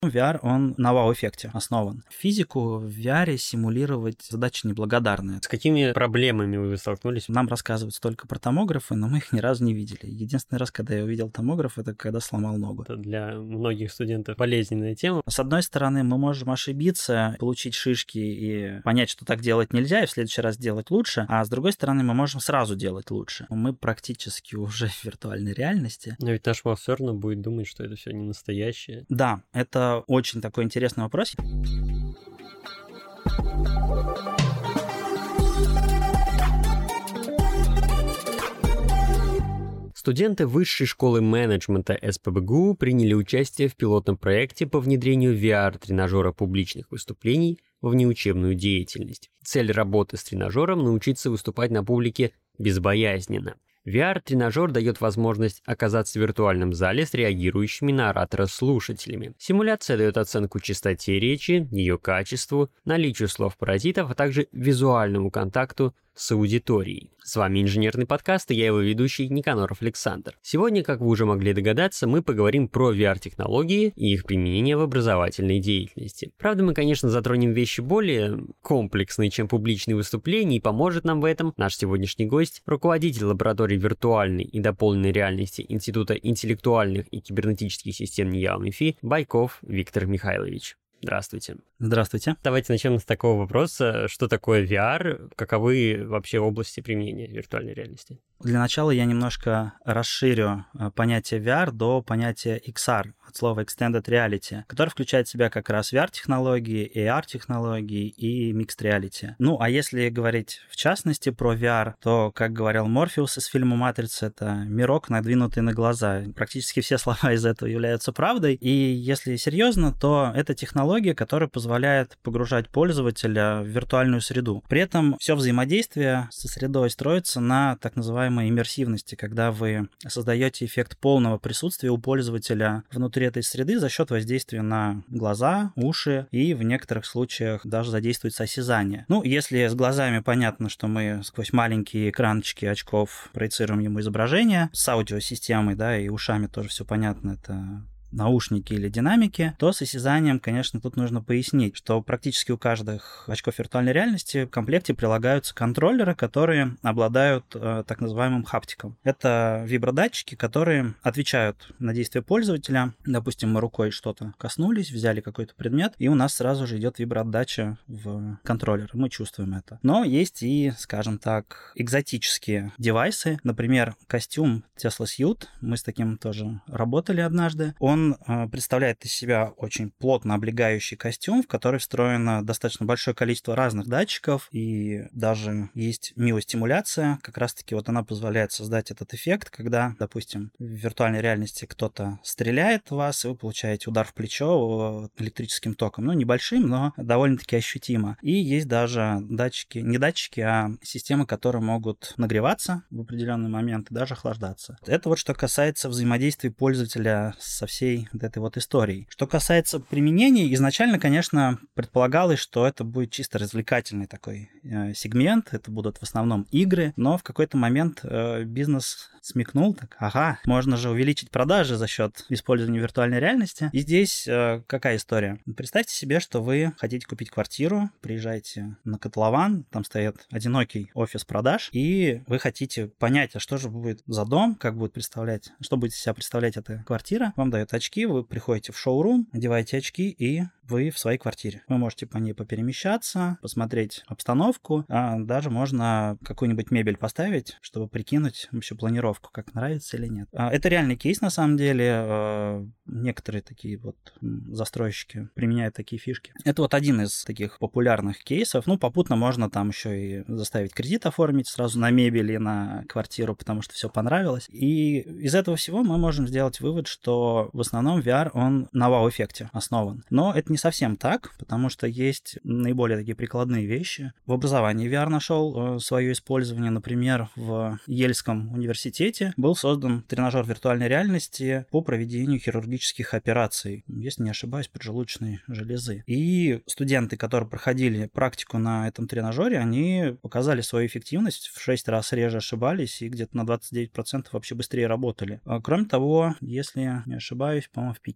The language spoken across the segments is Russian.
VR, он на вау-эффекте основан. Физику в VR симулировать задача неблагодарная. С какими проблемами вы столкнулись? Нам рассказывают только про томографы, но мы их ни разу не видели. Единственный раз, когда я увидел томограф, это когда сломал ногу. Это для многих студентов болезненная тема. С одной стороны, мы можем ошибиться, получить шишки и понять, что так делать нельзя, и в следующий раз делать лучше. А с другой стороны, мы можем сразу делать лучше. Мы практически уже в виртуальной реальности. Но ведь наш мозг все равно будет думать, что это все не настоящее. Да, это очень такой интересный вопрос. Студенты Высшей школы менеджмента СПбГУ приняли участие в пилотном проекте по внедрению VR-тренажера публичных выступлений во внеучебную деятельность. Цель работы с тренажером – научиться выступать на публике безбоязненно. VR-тренажер дает возможность оказаться в виртуальном зале с реагирующими на оратора слушателями. Симуляция дает оценку частоте речи, ее качеству, наличию слов-паразитов, а также визуальному контакту с аудиторией. С вами инженерный подкаст, и я его ведущий Никаноров Александр. Сегодня, как вы уже могли догадаться, мы поговорим про VR-технологии и их применение в образовательной деятельности. Правда, мы, конечно, затронем вещи более комплексные, чем публичные выступления, и поможет нам в этом наш сегодняшний гость, руководитель лаборатории виртуальной и дополненной реальности Института интеллектуальных и кибернетических систем НИЯ УМИФИ Байков Виктор Михайлович. Здравствуйте. Здравствуйте. Давайте начнем с такого вопроса. Что такое VR? Каковы вообще области применения виртуальной реальности? Для начала я немножко расширю понятие VR до понятия XR, от слова Extended Reality, который включает в себя как раз VR-технологии, AR-технологии и Mixed Reality. Ну, а если говорить в частности про VR, то, как говорил Морфеус из фильма «Матрица», это мирок, надвинутый на глаза. Практически все слова из этого являются правдой. И если серьезно, то это технология, которая позволяет погружать пользователя в виртуальную среду. При этом все взаимодействие со средой строится на так называемой иммерсивности, когда вы создаете эффект полного присутствия у пользователя внутри этой среды за счет воздействия на глаза, уши и в некоторых случаях даже задействуется осязание. Ну, если с глазами понятно, что мы сквозь маленькие экранчики очков проецируем ему изображение, с аудиосистемой, да, и ушами тоже все понятно, это наушники или динамики, то с осязанием, конечно, тут нужно пояснить, что практически у каждых очков виртуальной реальности в комплекте прилагаются контроллеры, которые обладают так называемым хаптиком. Это вибродатчики, которые отвечают на действия пользователя. Допустим, мы рукой что-то коснулись, взяли какой-то предмет, и у нас сразу же идет виброотдача в контроллер. Мы чувствуем это. Но есть и, скажем так, экзотические девайсы. Например, костюм Tesla Suit. Мы с таким тоже работали однажды. Он представляет из себя очень плотно облегающий костюм, в который встроено достаточно большое количество разных датчиков, и даже есть миостимуляция. Как раз-таки вот она позволяет создать этот эффект, когда, допустим, в виртуальной реальности кто-то стреляет в вас, и вы получаете удар в плечо электрическим током. Ну, небольшим, но довольно-таки ощутимо. И есть даже датчики, не датчики, а системы, которые могут нагреваться в определенный момент и даже охлаждаться. Это вот что касается взаимодействия пользователя со всей вот этой вот историей. Что касается применений, изначально, конечно, предполагалось, что это будет чисто развлекательный такой сегмент, это будут в основном игры, но в какой-то момент бизнес смекнул, так, ага, можно же увеличить продажи за счет использования виртуальной реальности. И здесь какая история? Представьте себе, что вы хотите купить квартиру, приезжаете на котлован, там стоит одинокий офис продаж, и вы хотите понять, а что же будет за дом, как будет представлять, что будет из себя представлять эта квартира. Вам дают очки, вы приходите в шоурум, надеваете очки и вы в своей квартире. Вы можете по ней поперемещаться, посмотреть обстановку, а даже можно какую-нибудь мебель поставить, чтобы прикинуть вообще планировку, как нравится или нет. Это реальный кейс на самом деле. Некоторые такие вот застройщики применяют такие фишки. Это вот один из таких популярных кейсов. Ну, попутно можно там еще и заставить кредит оформить сразу на мебель и на квартиру, потому что все понравилось. И из этого всего мы можем сделать вывод, что в основном VR, он на вау-эффекте основан. Но это не совсем так, потому что есть наиболее такие прикладные вещи. В образовании VR нашел свое использование. Например, в Ельском университете был создан тренажер виртуальной реальности по проведению хирургических операций, если не ошибаюсь, поджелудочной железы. И студенты, которые проходили практику на этом тренажере, они показали свою эффективность, в 6 раз реже ошибались и где-то на 29% вообще быстрее работали. Кроме того, если не ошибаюсь, по-моему, в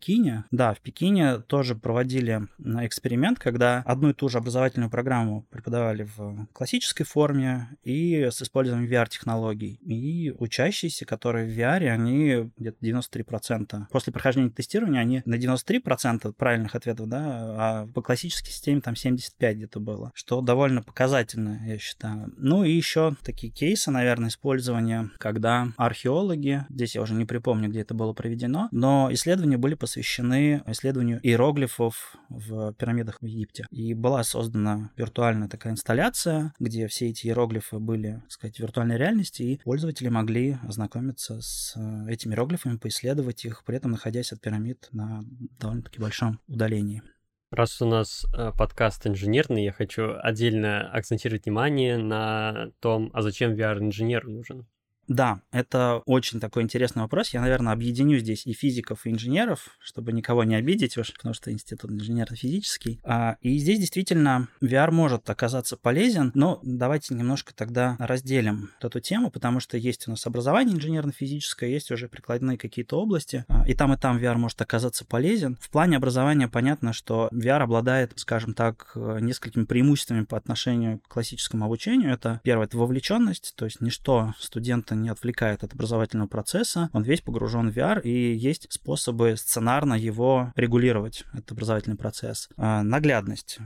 Пекине тоже проводили эксперимент, когда одну и ту же образовательную программу преподавали в классической форме и с использованием VR-технологий. И учащиеся, которые в VR, они где-то 93%. После прохождения тестирования они на 93% правильных ответов, да, а по классической системе там 75 где-то было, что довольно показательно, я считаю. Ну и еще такие кейсы, наверное, использования, когда археологи, здесь я уже не припомню, где это было проведено, но исследования были посвящены исследованию иероглифов в пирамидах в Египте. И была создана виртуальная такая инсталляция, где все эти иероглифы были, так сказать, в виртуальной реальности, и пользователи могли ознакомиться с этими иероглифами, поисследовать их, при этом находясь от пирамид на довольно-таки большом удалении. Раз у нас подкаст инженерный, я хочу отдельно акцентировать внимание на том, а зачем VR-инженеру нужен? Да, это очень такой интересный вопрос. Я, наверное, объединю здесь и физиков, и инженеров, чтобы никого не обидеть уж, потому что институт инженерно-физический. И здесь действительно VR может оказаться полезен, но давайте немножко тогда разделим эту тему, потому что есть у нас образование инженерно-физическое, есть уже прикладные какие-то области, и там VR может оказаться полезен. В плане образования понятно, что VR обладает, скажем так, несколькими преимуществами по отношению к классическому обучению. Это первое, это вовлеченность, то есть ничто студента не отвлекает от образовательного процесса, он весь погружен в VR, и есть способы сценарно его регулировать, этот образовательный процесс. Наглядность.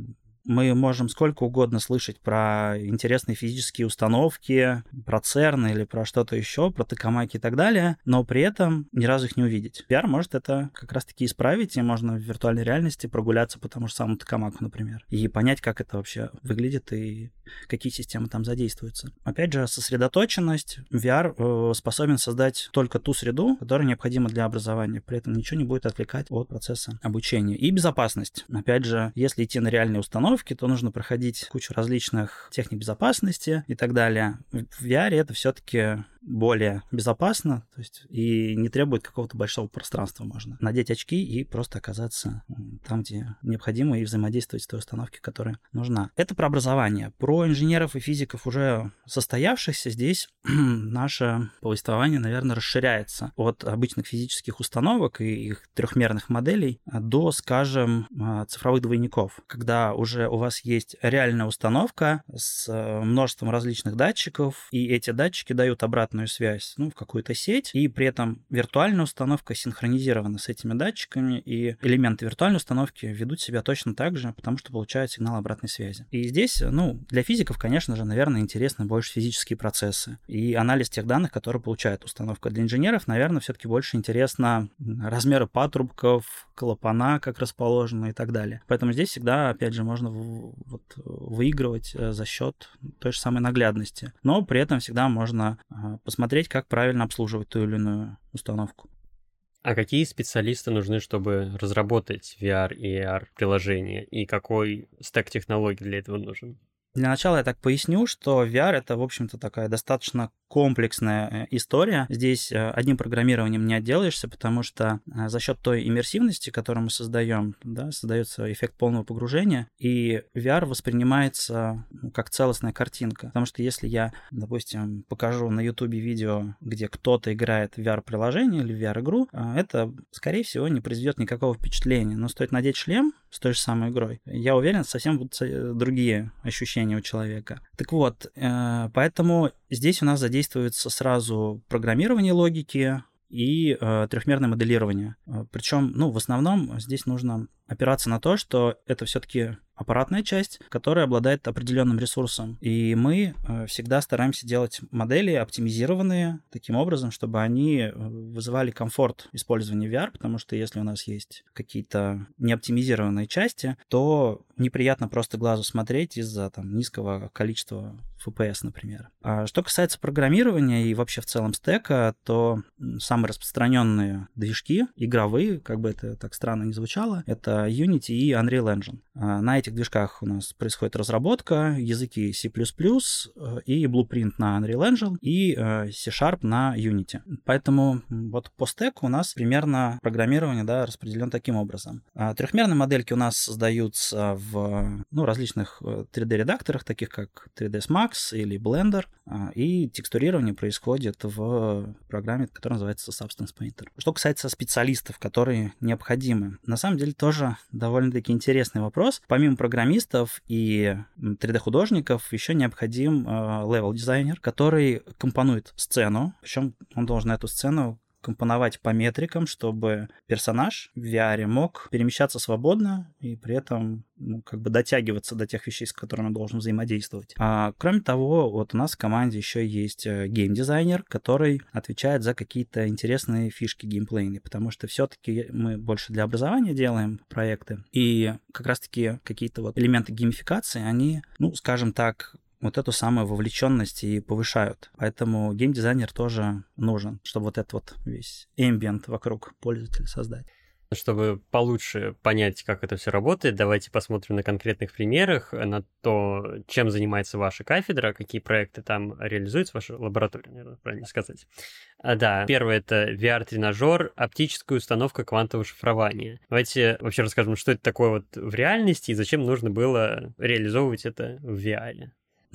Мы можем сколько угодно слышать про интересные физические установки, про ЦЕРН или про что-то еще, про токамаки и так далее, но при этом ни разу их не увидеть. VR может это как раз-таки исправить, и можно в виртуальной реальности прогуляться по тому же самому токамаку, например, и понять, как это вообще выглядит и какие системы там задействуются. Опять же, сосредоточенность. VR способен создать только ту среду, которая необходима для образования, при этом ничего не будет отвлекать от процесса обучения. И безопасность. Опять же, если идти на реальные установки, то нужно проходить кучу различных техник безопасности и так далее. В VR это все-таки более безопасно, то есть и не требует какого-то большого пространства. Можно надеть очки и просто оказаться там, где необходимо, и взаимодействовать с той установкой, которая нужна. Это про образование. Про инженеров и физиков уже состоявшихся здесь наше повествование, наверное, расширяется от обычных физических установок и их трехмерных моделей до, скажем, цифровых двойников, когда уже у вас есть реальная установка с множеством различных датчиков, и эти датчики дают обратную связь, в какую-то сеть, и при этом виртуальная установка синхронизирована с этими датчиками, и элементы виртуальной установки ведут себя точно так же, потому что получают сигнал обратной связи. И здесь, для физиков, конечно же, наверное, интересны больше физические процессы и анализ тех данных, которые получает установка. Для инженеров, наверное, все-таки больше интересно размеры патрубков, клапана, как расположены и так далее. Поэтому здесь всегда, опять же, можно выигрывать за счет той же самой наглядности. Но при этом всегда можно посмотреть, как правильно обслуживать ту или иную установку. А какие специалисты нужны, чтобы разработать VR и AR приложения? И какой стек технологий для этого нужен? Для начала я так поясню, что VR — это, в общем-то, такая достаточно комплексная история. Здесь одним программированием не отделаешься, потому что за счет той иммерсивности, которую мы создаем, создается эффект полного погружения, и VR воспринимается как целостная картинка. Потому что если я, допустим, покажу на YouTube видео, где кто-то играет в VR-приложение или в VR-игру, это, скорее всего, не произведет никакого впечатления. Но стоит надеть шлем с той же самой игрой, я уверен, совсем будут другие ощущения у человека. Так вот, поэтому здесь у нас задействуется сразу программирование логики и трехмерное моделирование. Причем, в основном здесь нужно опираться на то, что это все-таки аппаратная часть, которая обладает определенным ресурсом. И мы всегда стараемся делать модели оптимизированные таким образом, чтобы они вызывали комфорт использования VR, потому что если у нас есть какие-то неоптимизированные части, то неприятно просто глазу смотреть из-за там низкого количества FPS, например. А что касается программирования и вообще в целом стека, то самые распространенные движки игровые, как бы это так странно не звучало, это Unity и Unreal Engine. На этих движках у нас происходит разработка, языки C++ и Blueprint на Unreal Engine и C# на Unity. Поэтому вот по стеку у нас примерно программирование, да, распределен таким образом. Трехмерные модельки у нас создаются в различных 3D-редакторах, таких как 3ds Max или Blender, и текстурирование происходит в программе, которая называется Substance Painter. Что касается специалистов, которые необходимы, на самом деле тоже довольно-таки интересный вопрос. Помимо программистов и 3D-художников еще необходим левел-дизайнер, который компонует сцену, причем он должен эту сцену компоновать по метрикам, чтобы персонаж в VR мог перемещаться свободно и при этом как бы дотягиваться до тех вещей, с которыми он должен взаимодействовать. Кроме того, вот у нас в команде еще есть геймдизайнер, который отвечает за какие-то интересные фишки геймплейные, потому что все-таки мы больше для образования делаем проекты, и как раз-таки какие-то вот элементы геймификации, они, скажем так, вот эту самую вовлеченность и повышают. Поэтому геймдизайнер тоже нужен, чтобы вот этот вот весь эмбиент вокруг пользователя создать. Чтобы получше понять, как это все работает, давайте посмотрим на конкретных примерах, на то, чем занимается ваша кафедра, какие проекты там реализуются, ваша лаборатория, наверное, правильно сказать. Да, первое — это VR-тренажер, оптическая установка квантового шифрования. Давайте вообще расскажем, что это такое вот в реальности и зачем нужно было реализовывать это в VR.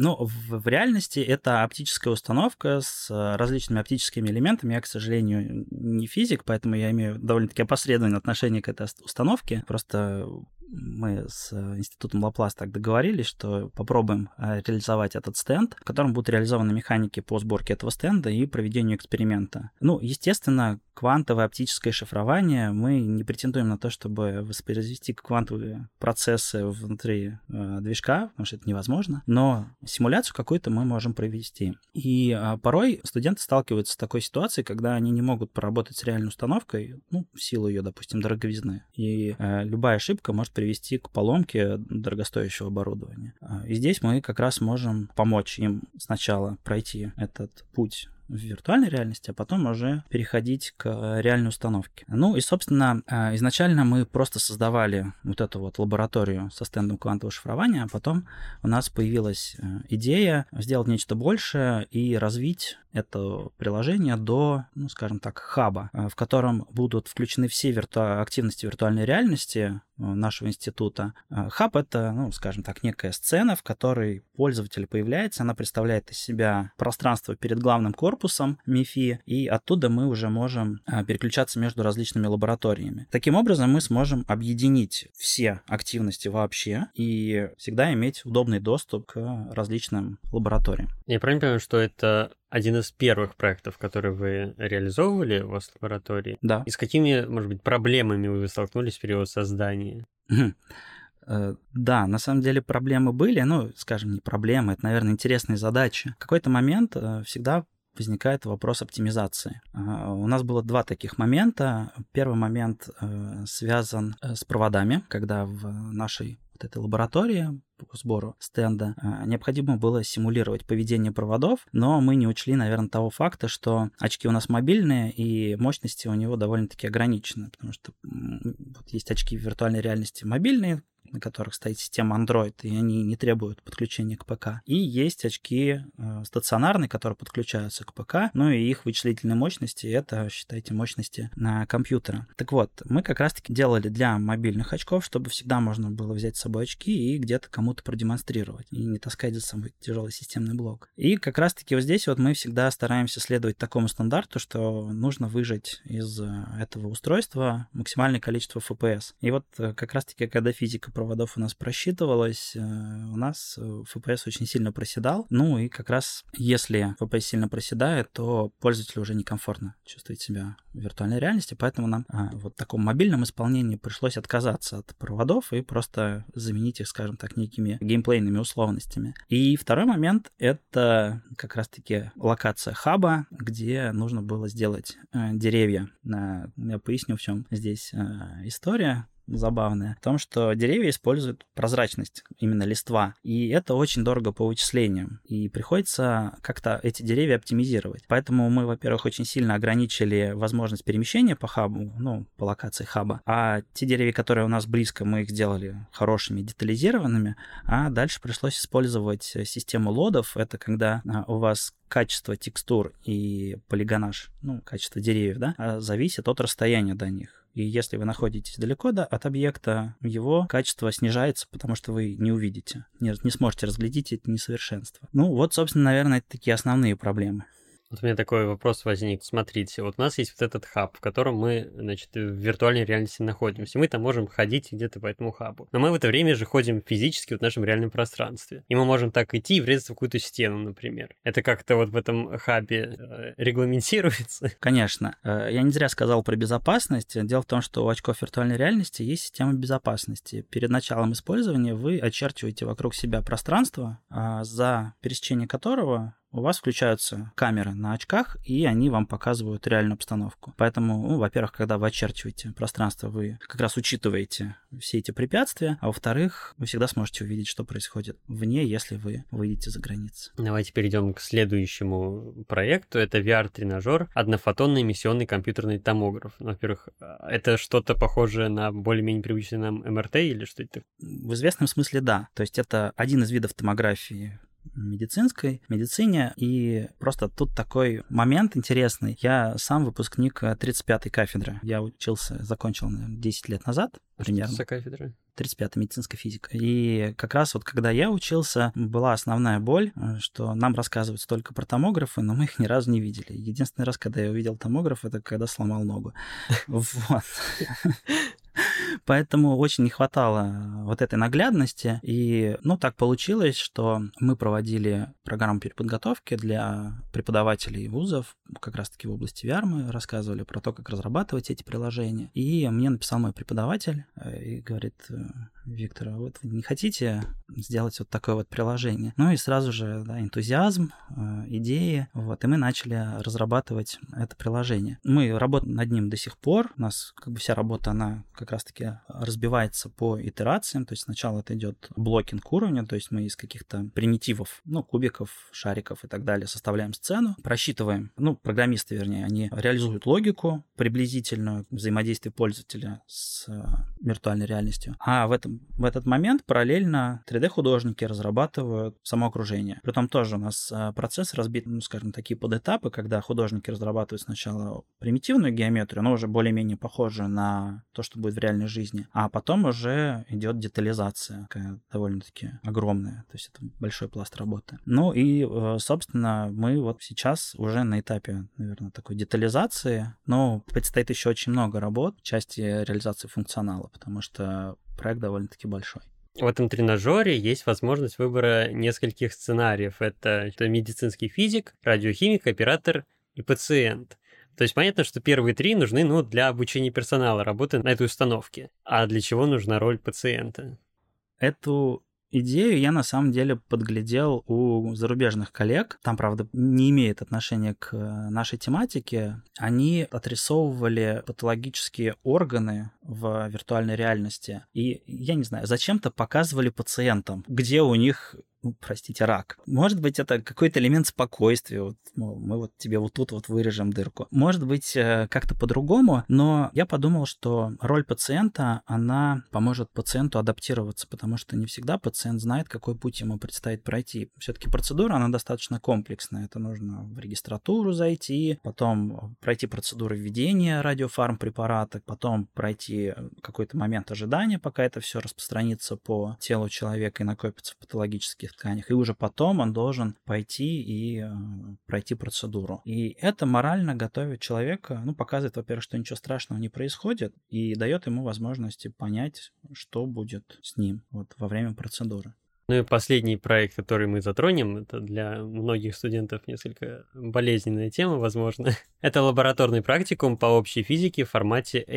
В реальности это оптическая установка с различными оптическими элементами. Я, к сожалению, не физик, поэтому я имею довольно-таки опосредованное отношение к этой установке. Просто мы с институтом Лаплас так договорились, что попробуем реализовать этот стенд, в котором будут реализованы механики по сборке этого стенда и проведению эксперимента. Естественно, квантовое оптическое шифрование, мы не претендуем на то, чтобы воспроизвести квантовые процессы внутри движка, потому что это невозможно, но симуляцию какую-то мы можем провести. И порой студенты сталкиваются с такой ситуацией, когда они не могут поработать с реальной установкой, в силу ее, допустим, дороговизны. И любая ошибка может привести к поломке дорогостоящего оборудования. И здесь мы как раз можем помочь им сначала пройти этот путь в виртуальной реальности, а потом уже переходить к реальной установке. И, собственно, изначально мы просто создавали вот эту вот лабораторию со стендом квантового шифрования, а потом у нас появилась идея сделать нечто большее и развить это приложение до, скажем так, хаба, в котором будут включены все активности виртуальной реальности нашего института. Хаб — это, скажем так, некая сцена, в которой пользователь появляется, она представляет из себя пространство перед главным корпусом МИФИ, и оттуда мы уже можем переключаться между различными лабораториями. Таким образом, мы сможем объединить все активности вообще и всегда иметь удобный доступ к различным лабораториям. Я правильно понимаю, что это один из первых проектов, которые вы реализовывали у вас в лаборатории? Да. И с какими, может быть, проблемами вы столкнулись в период создания? Да, на самом деле проблемы были, скажем, не проблемы, это, наверное, интересные задачи. В какой-то момент всегда возникает вопрос оптимизации. У нас было два таких момента. Первый момент связан с проводами, когда в нашей вот этой лаборатории по сбору стенда необходимо было симулировать поведение проводов, но мы не учли, наверное, того факта, что очки у нас мобильные, и мощности у него довольно-таки ограничены, потому что вот есть очки в виртуальной реальности мобильные, на которых стоит система Android, и они не требуют подключения к ПК. И есть очки стационарные, которые подключаются к ПК, и их вычислительные мощности — это, считайте, мощности на компьютера. Так вот, мы как раз-таки делали для мобильных очков, чтобы всегда можно было взять с собой очки и где-то кому-то продемонстрировать, и не таскать за собой тяжелый системный блок. И как раз-таки вот здесь вот мы всегда стараемся следовать такому стандарту, что нужно выжать из этого устройства максимальное количество FPS. И вот как раз-таки, когда физика проводов у нас просчитывалась, у нас FPS очень сильно проседал. И как раз если FPS сильно проседает, то пользователю уже некомфортно чувствовать себя в виртуальной реальности, поэтому нам вот в таком мобильном исполнении пришлось отказаться от проводов и просто заменить их, скажем так, некими геймплейными условностями. И второй момент — это как раз-таки локация хаба, где нужно было сделать деревья. Я поясню, в чем здесь история. забавная, в том, что деревья используют прозрачность, именно листва, и это очень дорого по вычислениям, и приходится как-то эти деревья оптимизировать. Поэтому мы, во-первых, очень сильно ограничили возможность перемещения по хабу, по локации хаба, а те деревья, которые у нас близко, мы их сделали хорошими, детализированными, а дальше пришлось использовать систему лодов. Это когда у вас качество текстур и полигонаж, качество деревьев, да, зависит от расстояния до них. И если вы находитесь далеко от объекта, его качество снижается, потому что вы не увидите, не сможете разглядеть эти несовершенства. Собственно, наверное, это такие основные проблемы. Вот у меня такой вопрос возник. Смотрите, вот у нас есть вот этот хаб, в котором мы, в виртуальной реальности находимся. Мы там можем ходить где-то по этому хабу. Но мы в это время же ходим физически в нашем реальном пространстве. И мы можем так идти и врезаться в какую-то стену, например. Это как-то вот в этом хабе регламентируется? Конечно. Я не зря сказал про безопасность. Дело в том, что у очков виртуальной реальности есть система безопасности. Перед началом использования вы очерчиваете вокруг себя пространство, за пересечение которого у вас включаются камеры на очках, и они вам показывают реальную обстановку. Поэтому, во-первых, когда вы очерчиваете пространство, вы как раз учитываете все эти препятствия, а во-вторых, вы всегда сможете увидеть, что происходит вне, если вы выйдете за границы. Давайте перейдем к следующему проекту. Это VR-тренажер, однофотонный эмиссионный компьютерный томограф. Во-первых, это что-то похожее на более-менее привычный нам МРТ или что это? В известном смысле да. То есть это один из видов томографии медицине, и просто тут такой момент интересный. Я сам выпускник 35-й кафедры. Я закончил, наверное, 10 лет назад примерно. Что за кафедра? 35-я медицинская физика. И как раз когда я учился, была основная боль, что нам рассказывают столько про томографы, но мы их ни разу не видели. Единственный раз, когда я увидел томограф, это когда сломал ногу. Вот. Поэтому очень не хватало вот этой наглядности. И, так получилось, что мы проводили программу переподготовки для преподавателей вузов, как раз-таки в области VR мы рассказывали про то, как разрабатывать эти приложения. И мне написал мой преподаватель и говорит: Виктор, вы не хотите сделать вот такое вот приложение? И сразу же, энтузиазм, идеи, и мы начали разрабатывать это приложение. Мы работаем над ним до сих пор. У нас вся работа, она как раз-таки разбивается по итерациям, то есть сначала это идет блокинг уровня, то есть мы из каких-то примитивов, кубиков, шариков и так далее составляем сцену, просчитываем, программисты, вернее, они реализуют логику приблизительную взаимодействия пользователя с виртуальной реальностью, а в этот момент параллельно 3D-художники разрабатывают само окружение. Притом тоже у нас процесс разбит, такие подэтапы, когда художники разрабатывают сначала примитивную геометрию, но уже более-менее похожую на то, что будет в реальной жизни, а потом уже идет детализация, такая довольно-таки огромная, то есть это большой пласт работы. Собственно, мы сейчас уже на этапе, наверное, такой детализации, но предстоит еще очень много работ в части реализации функционала, потому что проект довольно-таки большой. В этом тренажере есть возможность выбора нескольких сценариев. Это медицинский физик, радиохимик, оператор и пациент. То есть понятно, что первые 3 нужны для обучения персонала, работы на этой установке. А для чего нужна роль пациента? Эту идею я на самом деле подглядел у зарубежных коллег. Там, правда, не имеет отношения к нашей тематике. Они отрисовывали патологические органы в виртуальной реальности. И, я не знаю, зачем-то показывали пациентам, где у них, рак. Может быть, это какой-то элемент спокойствия. Мы тебе тут вырежем дырку. Может быть, как-то по-другому, но я подумал, что роль пациента, она поможет пациенту адаптироваться, потому что не всегда пациент знает, какой путь ему предстоит пройти. Все-таки процедура, она достаточно комплексная. Это нужно в регистратуру зайти, потом пройти процедуру введения радиофармпрепарата, потом пройти какой-то момент ожидания, пока это все распространится по телу человека и накопится в патологических тканях, и уже потом он должен пойти и пройти процедуру. И это морально готовит человека, показывает, во-первых, что ничего страшного не происходит, и дает ему возможность понять, что будет с ним во время процедуры. И последний проект, который мы затронем, это для многих студентов несколько болезненная тема, возможно. Это лабораторный практикум по общей физике в формате AR.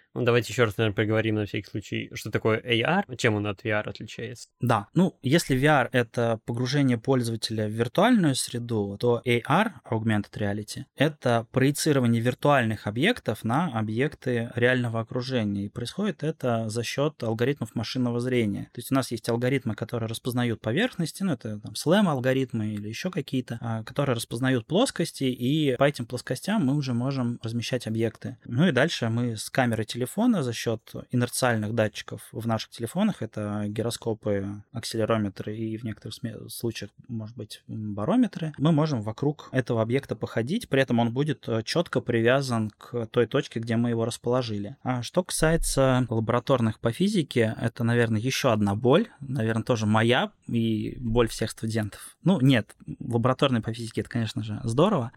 Ну, давайте еще раз, наверное, поговорим на всякий случай, что такое AR, чем он от VR отличается. Да, если VR — это погружение пользователя в виртуальную среду, то AR, Augmented Reality, это проецирование виртуальных объектов на объекты реального окружения. И происходит это за счет алгоритмов машинного зрения. То есть у нас есть алгоритмы, которые распознают поверхности, это там SLAM-алгоритмы или еще какие-то, которые распознают плоскости, и по этим плоскостям мы уже можем размещать объекты. И дальше мы с камеры телефона за счет инерциальных датчиков в наших телефонах, это гироскопы, акселерометры и в некоторых случаях, может быть, барометры, мы можем вокруг этого объекта походить, при этом он будет четко привязан к той точке, где мы его расположили. А что касается лабораторных по физике, это, наверное, еще одна боль, наверное, тоже моя и боль всех студентов. Нет, лабораторные по физике — это, конечно же, здорово,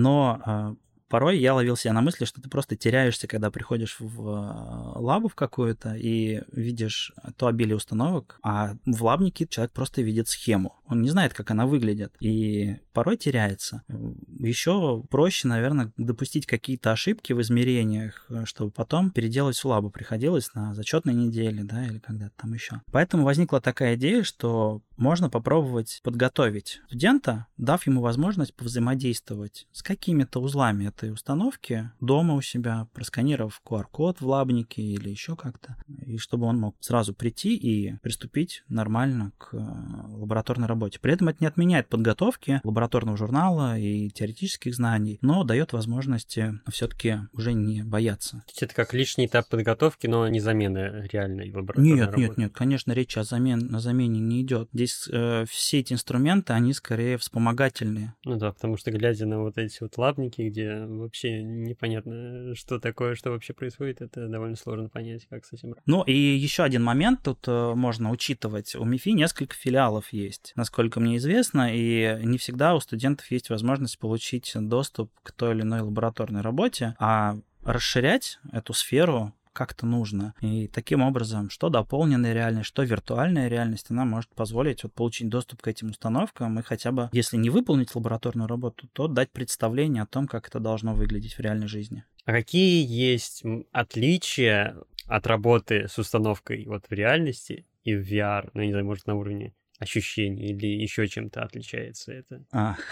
но порой я ловил себя на мысли, что ты просто теряешься, когда приходишь в лабу в какую-то и видишь то обилие установок, а в лабнике человек просто видит схему. Он не знает, как она выглядит, и порой теряется. Еще проще, наверное, допустить какие-то ошибки в измерениях, чтобы потом переделать в лабу приходилось на зачетной неделе, или когда-то там еще. Поэтому возникла такая идея, что можно попробовать подготовить студента, дав ему возможность повзаимодействовать с какими-то узлами этой установки дома у себя, просканировав QR-код в лабнике или еще как-то, и чтобы он мог сразу прийти и приступить нормально к лабораторной работе. При этом это не отменяет подготовки лабораторного журнала и теоретических знаний, но дает возможности все-таки уже не бояться. То есть это как лишний этап подготовки, но не замена реальной лабораторной работы? Нет, конечно, речь о замене не идет. Здесь все эти инструменты, они скорее вспомогательные. Да, потому что глядя на вот эти вот лабники, где вообще непонятно, что такое, что вообще происходит, это довольно сложно понять, как с этим. И еще один момент тут можно учитывать. У МИФИ несколько филиалов есть, насколько мне известно, и не всегда у студентов есть возможность получить доступ к той или иной лабораторной работе, а расширять эту сферу как-то нужно. И таким образом, что дополненная реальность, что виртуальная реальность, она может позволить получить доступ к этим установкам и хотя бы, если не выполнить лабораторную работу, то дать представление о том, как это должно выглядеть в реальной жизни. А какие есть отличия от работы с установкой в реальности и в VR? Я не знаю, может, на уровне ощущений или еще чем-то отличается это?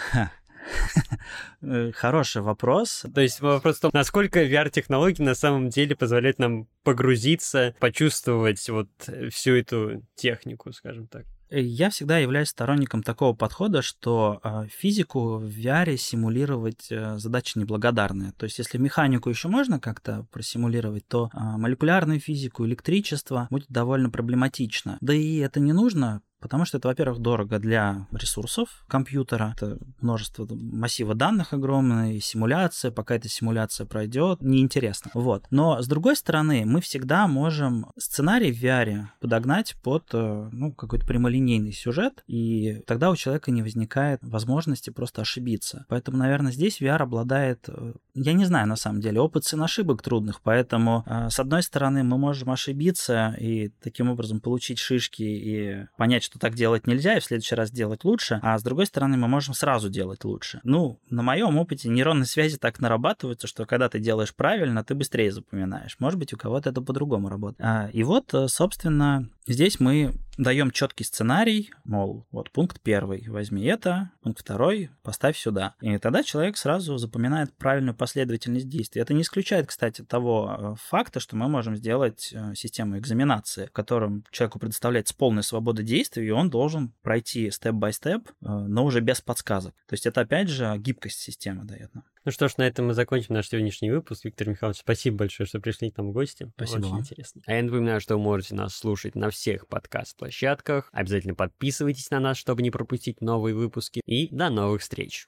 Хороший вопрос. То есть вопрос в том, насколько VR-технологии на самом деле позволяют нам погрузиться, почувствовать всю эту технику, скажем так. Я всегда являюсь сторонником такого подхода, что физику в VR симулировать задача неблагодарная. То есть если механику еще можно как-то просимулировать, то молекулярную физику, электричество будет довольно проблематично. Да и это не нужно, потому что это, во-первых, дорого для ресурсов компьютера, это множество массива данных огромное, и симуляция, пока эта симуляция пройдет, неинтересно. Но, с другой стороны, мы всегда можем сценарий в VR подогнать под какой-то прямолинейный сюжет, и тогда у человека не возникает возможности просто ошибиться. Поэтому, наверное, здесь VR обладает, я не знаю, на самом деле, опыт сын ошибок трудных, поэтому, с одной стороны, мы можем ошибиться и таким образом получить шишки и понять, что так делать нельзя, и в следующий раз делать лучше, а с другой стороны, мы можем сразу делать лучше. На моем опыте нейронные связи так нарабатываются, что когда ты делаешь правильно, ты быстрее запоминаешь. Может быть, у кого-то это по-другому работает. И собственно, здесь мы даем четкий сценарий, мол, пункт 1 возьми это, пункт 2 поставь сюда. И тогда человек сразу запоминает правильную последовательность действий. Это не исключает, кстати, того факта, что мы можем сделать систему экзаменации, в котором человеку предоставляется полная свобода действий, и он должен пройти степ-бай-степ, но уже без подсказок. То есть это, опять же, гибкость системы дает нам. Ну что ж, на этом мы закончим наш сегодняшний выпуск. Виктор Михайлович, спасибо большое, что пришли к нам в гости. Спасибо Очень вам. интересно. А я напоминаю, что вы можете нас слушать на всех подкаст-площадках. Обязательно подписывайтесь на нас, чтобы не пропустить новые выпуски. И до новых встреч!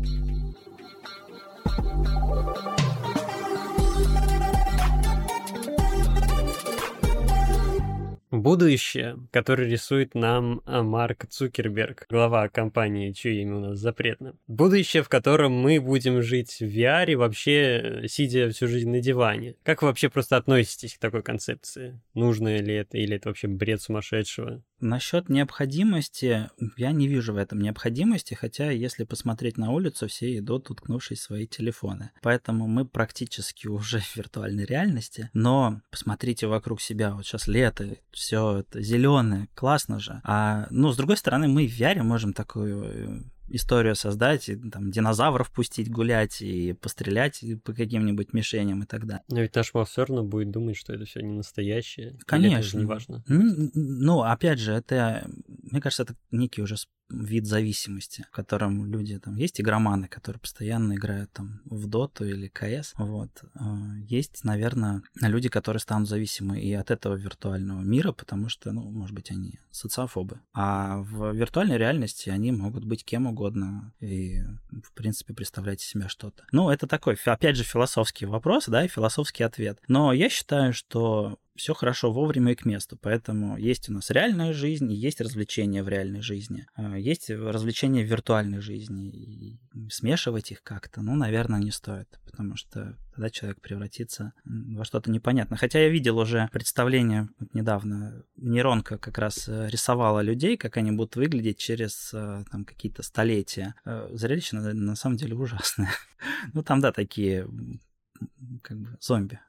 Будущее, которое рисует нам Марк Цукерберг, глава компании, чье имя у нас запретно. Будущее, в котором мы будем жить в VR, вообще сидя всю жизнь на диване. Как вы вообще просто относитесь к такой концепции? Нужно ли это, или это вообще бред сумасшедшего? Насчет необходимости, я не вижу в этом необходимости, хотя если посмотреть на улицу, все идут, уткнувшись в свои телефоны. Поэтому мы практически уже в виртуальной реальности, но посмотрите вокруг себя, вот сейчас лето, все это зеленое, классно же. С другой стороны, мы в VR можем такую историю создать, и, там, динозавров пустить гулять и пострелять по каким-нибудь мишеням и так далее. Но ведь наш мозг все равно будет думать, что это все не настоящее. Конечно. Это же не важно. Опять же, мне кажется, это некий уже вид зависимости, в котором люди, там, есть игроманы, которые постоянно играют там в доту или КС, вот. Есть, наверное, люди, которые станут зависимы и от этого виртуального мира, потому что, может быть, они социофобы. А в виртуальной реальности они могут быть кем угодно и, в принципе, представлять из себя что-то. Это такой, опять же, философский вопрос, да, и философский ответ. Но я считаю, что все хорошо вовремя и к месту, поэтому есть у нас реальная жизнь, и есть развлечения в реальной жизни, есть развлечения в виртуальной жизни, и смешивать их как-то, наверное, не стоит, потому что тогда человек превратится во что-то непонятное. Хотя я видел уже представление недавно, нейронка как раз рисовала людей, как они будут выглядеть через там какие-то столетия. Зрелище на самом деле ужасное. Там, да, такие как бы зомби